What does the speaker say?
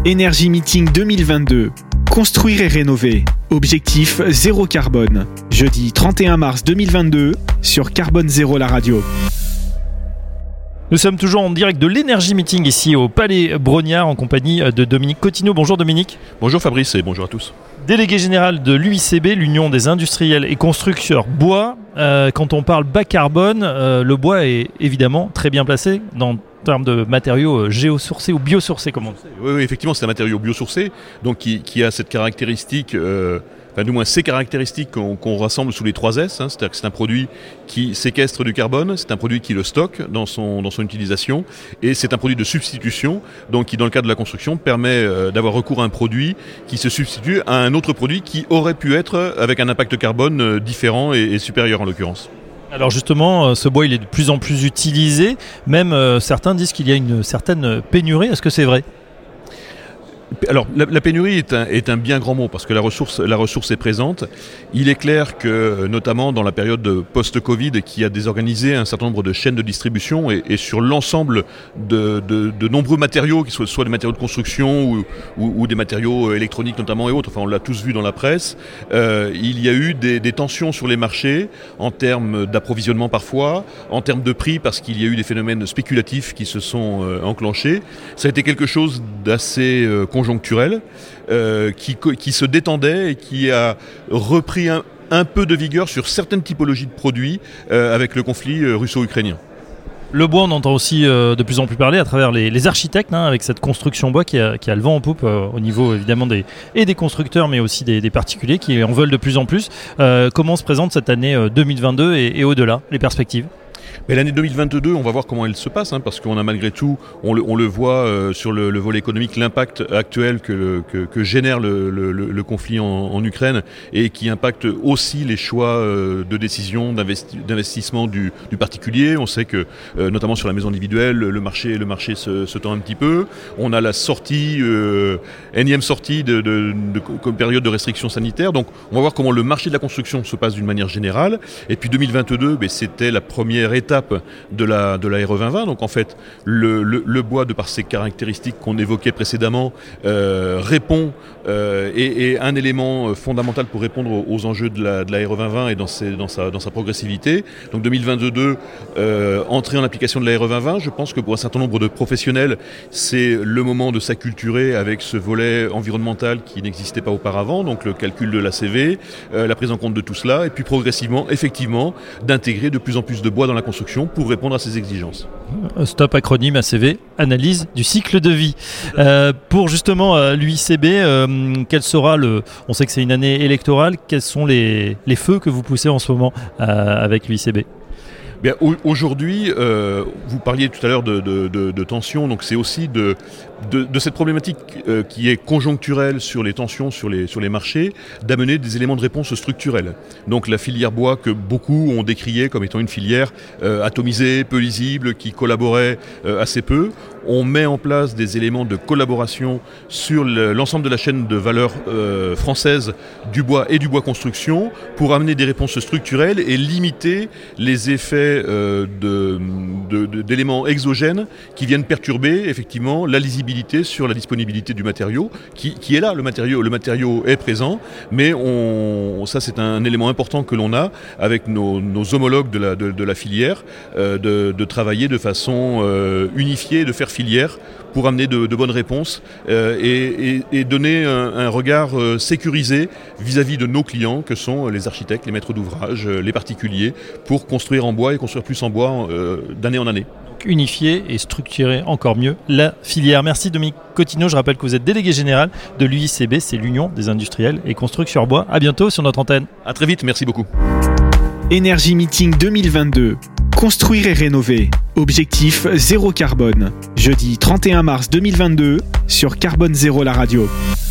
Énergie Meeting 2022. Construire et rénover. Objectif zéro carbone. Jeudi 31 mars 2022 sur Carbone Zéro la radio. Nous sommes toujours en direct de l'Énergie Meeting ici au Palais Brognard en compagnie de Dominique Cottineau. Bonjour Dominique. Bonjour Fabrice et bonjour à tous. Délégué général de l'UICB, l'Union des industriels et constructeurs bois. Quand on parle bas carbone, le bois est évidemment très bien placé en termes de matériaux géosourcés ou biosourcés, comme on dit. Oui, effectivement, c'est un matériau biosourcé, donc qui a cette caractéristique, du moins ces caractéristiques qu'on rassemble sous les 3 S, c'est-à-dire que c'est un produit qui séquestre du carbone, c'est un produit qui le stocke dans son utilisation, et c'est un produit de substitution, donc qui dans le cadre de la construction permet d'avoir recours à un produit qui se substitue à un autre produit qui aurait pu être avec un impact carbone différent et supérieur en l'occurrence. Alors justement, ce bois il est de plus en plus utilisé, même certains disent qu'il y a une certaine pénurie, est-ce que c'est vrai ? Alors, la pénurie est un bien grand mot parce que la ressource est présente. Il est clair que, notamment dans la période post-Covid, qui a désorganisé un certain nombre de chaînes de distribution et sur l'ensemble de nombreux matériaux, qui soient des matériaux de construction ou des matériaux électroniques notamment et autres, enfin on l'a tous vu dans la presse, il y a eu des tensions sur les marchés en termes d'approvisionnement parfois, en termes de prix parce qu'il y a eu des phénomènes spéculatifs qui se sont enclenchés. Ça a été quelque chose d'assez conjoncturel, qui se détendait et qui a repris un peu de vigueur sur certaines typologies de produits avec le conflit russo-ukrainien. Le bois, on entend aussi de plus en plus parler à travers les architectes, avec cette construction bois qui a le vent en poupe au niveau évidemment des constructeurs, mais aussi des particuliers qui en veulent de plus en plus. Comment se présente cette année 2022 et au-delà, les perspectives ? Mais l'année 2022, on va voir comment elle se passe, parce qu'on a malgré tout, on le voit sur le volet économique, l'impact actuel que génère le conflit en Ukraine et qui impacte aussi les choix de décision d'investissement du particulier. On sait que, notamment sur la maison individuelle, le marché se tend un petit peu. On a la sortie, énième sortie de période de restrictions sanitaires. Donc on va voir comment le marché de la construction se passe d'une manière générale. Et puis 2022, c'était la première étape de la RE 2020. Donc en fait, le bois, de par ses caractéristiques qu'on évoquait précédemment, répond et un élément fondamental pour répondre aux enjeux de la RE 2020 et dans sa progressivité. Donc 2022, entrée en application de la RE 2020, je pense que pour un certain nombre de professionnels, c'est le moment de s'acculturer avec ce volet environnemental qui n'existait pas auparavant, donc le calcul de l'ACV, la prise en compte de tout cela, et puis progressivement, effectivement, d'intégrer de plus en plus de bois dans la construction pour répondre à ces exigences. Stop acronyme ACV, analyse du cycle de vie. Pour justement l'UICB, quel sera on sait que c'est une année électorale, quels sont les feux que vous poussez en ce moment avec l'UICB ? Bien, aujourd'hui, vous parliez tout à l'heure de tensions, donc c'est aussi de cette problématique qui est conjoncturelle sur les tensions sur les marchés, d'amener des éléments de réponse structurels. Donc la filière bois que beaucoup ont décriée comme étant une filière atomisée, peu lisible, qui collaborait assez peu. On met en place des éléments de collaboration sur l'ensemble de la chaîne de valeur française du bois et du bois construction pour amener des réponses structurelles et limiter les effets d'éléments exogènes qui viennent perturber effectivement la lisibilité sur la disponibilité du matériau qui est là, le matériau est présent, mais ça c'est un élément important que l'on a avec nos homologues de la filière, de travailler de façon unifiée, de faire filière pour amener de bonnes réponses et donner un regard sécurisé vis-à-vis de nos clients que sont les architectes, les maîtres d'ouvrage, les particuliers, pour construire en bois et construire plus en bois d'année en année. Unifier et structurer encore mieux la filière. Merci Dominique Cottineau, je rappelle que vous êtes délégué général de l'UICB, c'est l'Union des industriels et constructeurs bois. À bientôt sur notre antenne. À très vite, merci beaucoup. Énergie Meeting 2022. Construire et rénover. Objectif zéro carbone. Jeudi 31 mars 2022 sur Carbone Zéro la radio.